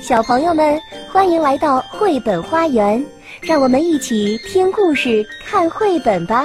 小朋友们，欢迎来到绘本花园，让我们一起听故事、看绘本吧。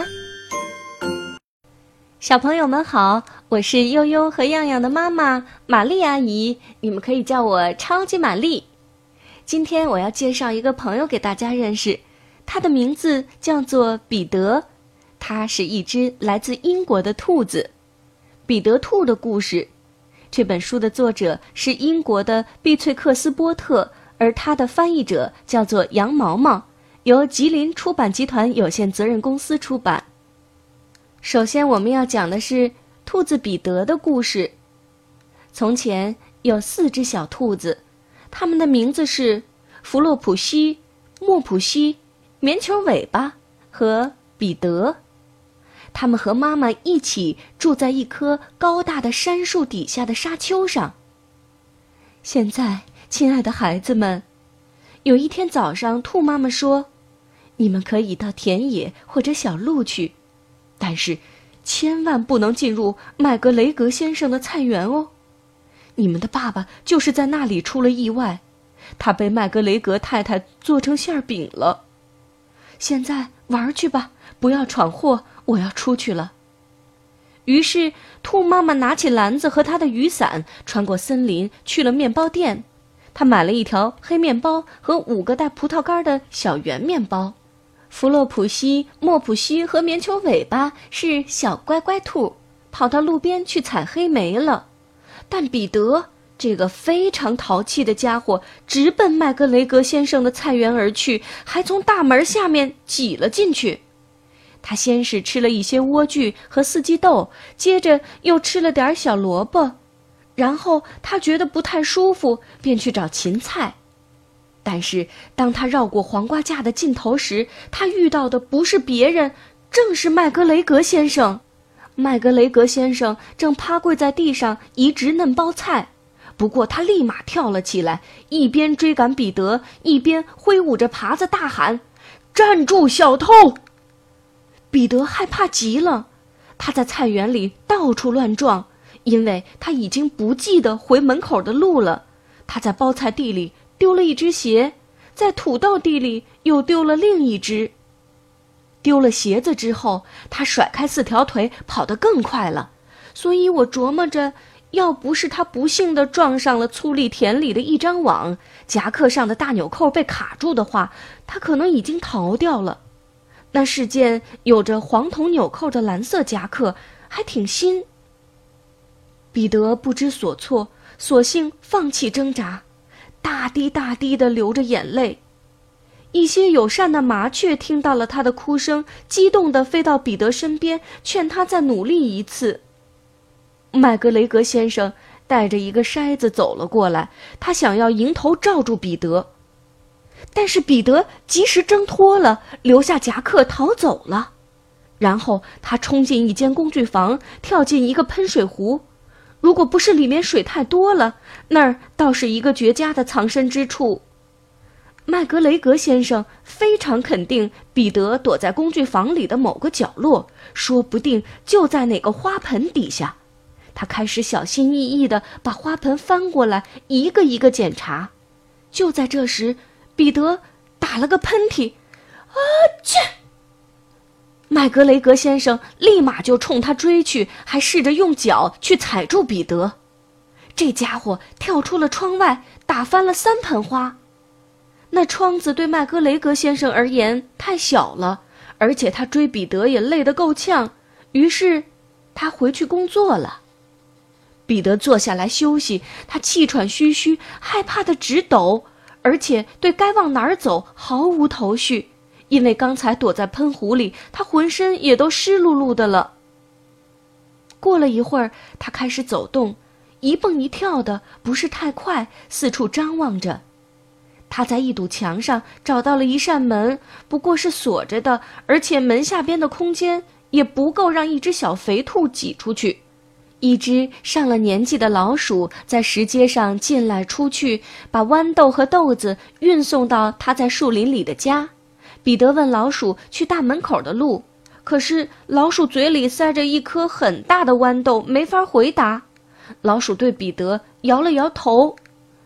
小朋友们好，我是悠悠和样样的妈妈玛丽阿姨，你们可以叫我超级玛丽。今天我要介绍一个朋友给大家认识，他的名字叫做彼得，他是一只来自英国的兔子。彼得兔的故事，这本书的作者是英国的碧翠克斯波特，而他的翻译者叫做杨毛毛，由吉林出版集团有限责任公司出版。首先我们要讲的是兔子彼得的故事。从前有4只小兔子，它们的名字是弗洛普西、莫普西、棉球尾巴和彼得。他们和妈妈一起住在一棵高大的杉树底下的沙丘上。现在，亲爱的孩子们，有一天早上，兔妈妈说，你们可以到田野或者小路去，但是千万不能进入麦格雷格先生的菜园哦。你们的爸爸就是在那里出了意外，他被麦格雷格太太做成馅饼了。现在玩去吧，不要闯祸，我要出去了。于是兔妈妈拿起篮子和她的雨伞，穿过森林去了面包店。她买了一条黑面包和5个带葡萄干的小圆面包。弗洛普西、莫普西和棉球尾巴是小乖乖兔，跑到路边去采黑莓了。但彼得这个非常淘气的家伙直奔麦格雷格先生的菜园而去，还从大门下面挤了进去。他先是吃了一些莴苣和四季豆，接着又吃了点小萝卜，然后他觉得不太舒服，便去找芹菜。但是当他绕过黄瓜架的尽头时，他遇到的不是别人，正是麦格雷格先生。麦格雷格先生正趴跪在地上移植嫩包菜，不过他立马跳了起来，一边追赶彼得，一边挥舞着耙子大喊：站住，小偷！彼得害怕极了，他在菜园里到处乱撞，因为他已经不记得回门口的路了。他在包菜地里丢了一只鞋，在土豆地里又丢了另一只。丢了鞋子之后，他甩开4条腿跑得更快了，所以我琢磨着，要不是他不幸地撞上了粗砾田里的一张网，夹克上的大纽扣被卡住的话，他可能已经逃掉了。那是件有着黄铜纽扣的蓝色夹克，还挺新。彼得不知所措，索性放弃挣扎，大滴大滴地流着眼泪。一些友善的麻雀听到了他的哭声，激动地飞到彼得身边，劝他再努力一次。麦格雷格先生带着一个筛子走了过来，他想要迎头罩住彼得，但是彼得及时挣脱了，留下夹克逃走了。然后他冲进一间工具房，跳进一个喷水壶。如果不是里面水太多了，那儿倒是一个绝佳的藏身之处。麦格雷格先生非常肯定彼得躲在工具房里的某个角落，说不定就在哪个花盆底下。他开始小心翼翼地把花盆翻过来，一个一个检查。就在这时，彼得打了个喷嚏，切！麦格雷格先生立马就冲他追去，还试着用脚去踩住彼得。这家伙跳出了窗外，打翻了3盆花。那窗子对麦格雷格先生而言太小了，而且他追彼得也累得够呛，于是他回去工作了。彼得坐下来休息，他气喘吁吁，害怕得直抖，而且对该往哪儿走毫无头绪，因为刚才躲在喷壶里，他浑身也都湿漉漉的了。过了一会儿，他开始走动，一蹦一跳的，不是太快，四处张望着。他在一堵墙上找到了一扇门，不过是锁着的，而且门下边的空间也不够让一只小肥兔挤出去。一只上了年纪的老鼠在石阶上进来出去，把豌豆和豆子运送到他在树林里的家。彼得问老鼠去大门口的路，可是老鼠嘴里塞着一颗很大的豌豆，没法回答。老鼠对彼得摇了摇头，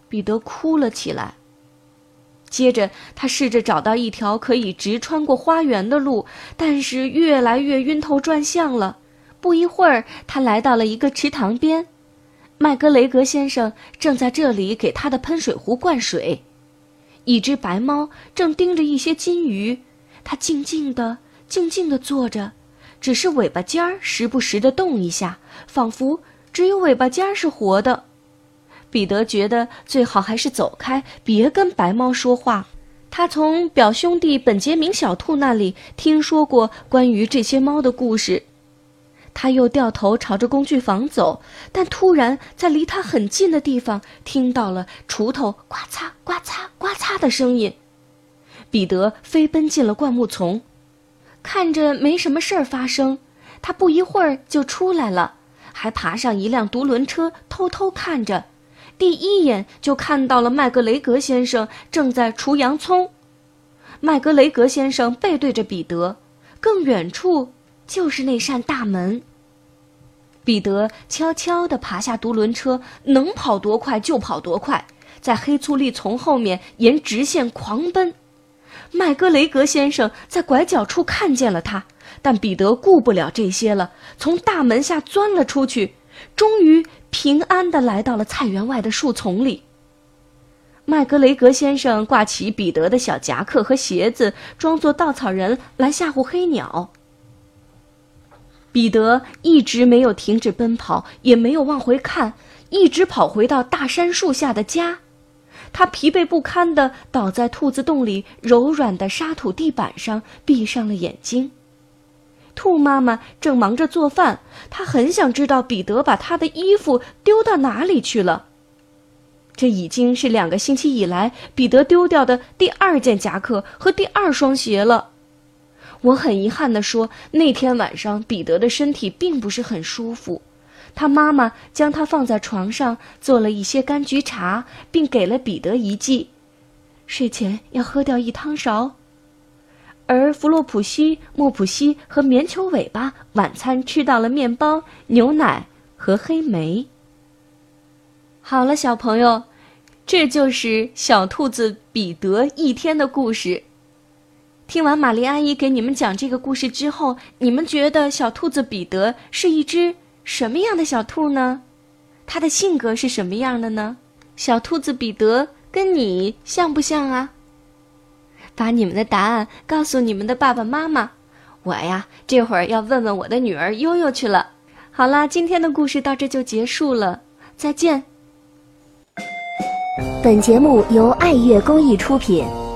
彼得哭了起来。接着他试着找到一条可以直穿过花园的路，但是越来越晕头转向了。不一会儿，他来到了一个池塘边，麦格雷格先生正在这里给他的喷水壶灌水。一只白猫正盯着一些金鱼，它静静地坐着，只是尾巴尖儿时不时地动一下，仿佛只有尾巴尖儿是活的。彼得觉得最好还是走开，别跟白猫说话。他从表兄弟本杰明小兔那里听说过关于这些猫的故事。他又掉头朝着工具房走，但突然在离他很近的地方听到了锄头呱嚓呱嚓呱嚓的声音。彼得飞奔进了灌木丛，看着没什么事儿发生，他不一会儿就出来了，还爬上一辆独轮车偷偷看着。第一眼就看到了麦格雷格先生正在除洋葱。麦格雷格先生背对着彼得，更远处就是那扇大门。彼得悄悄地爬下独轮车，能跑多快就跑多快，在黑粗栗丛后面沿直线狂奔。麦格雷格先生在拐角处看见了他，但彼得顾不了这些了，从大门下钻了出去，终于平安地来到了菜园外的树丛里。麦格雷格先生挂起彼得的小夹克和鞋子，装作稻草人来吓唬黑鸟。彼得一直没有停止奔跑，也没有往回看，一直跑回到大杉树下的家。他疲惫不堪地倒在兔子洞里柔软的沙土地板上，闭上了眼睛。兔妈妈正忙着做饭，她很想知道彼得把她的衣服丢到哪里去了。这已经是2个星期以来彼得丢掉的第2件夹克和第2双鞋了。我很遗憾地说，那天晚上彼得的身体并不是很舒服。他妈妈将他放在床上，做了一些柑橘茶，并给了彼得一剂，睡前要喝掉1汤勺。而弗洛普西、莫普西和棉球尾巴晚餐吃到了面包、牛奶和黑莓。好了，小朋友，这就是小兔子彼得一天的故事。听完玛丽阿姨给你们讲这个故事之后，你们觉得小兔子彼得是一只什么样的小兔呢？它的性格是什么样的呢？小兔子彼得跟你像不像啊？把你们的答案告诉你们的爸爸妈妈。我呀，这会儿要问问我的女儿悠悠去了。好啦，今天的故事到这就结束了，再见。 本节目由爱乐公益出品。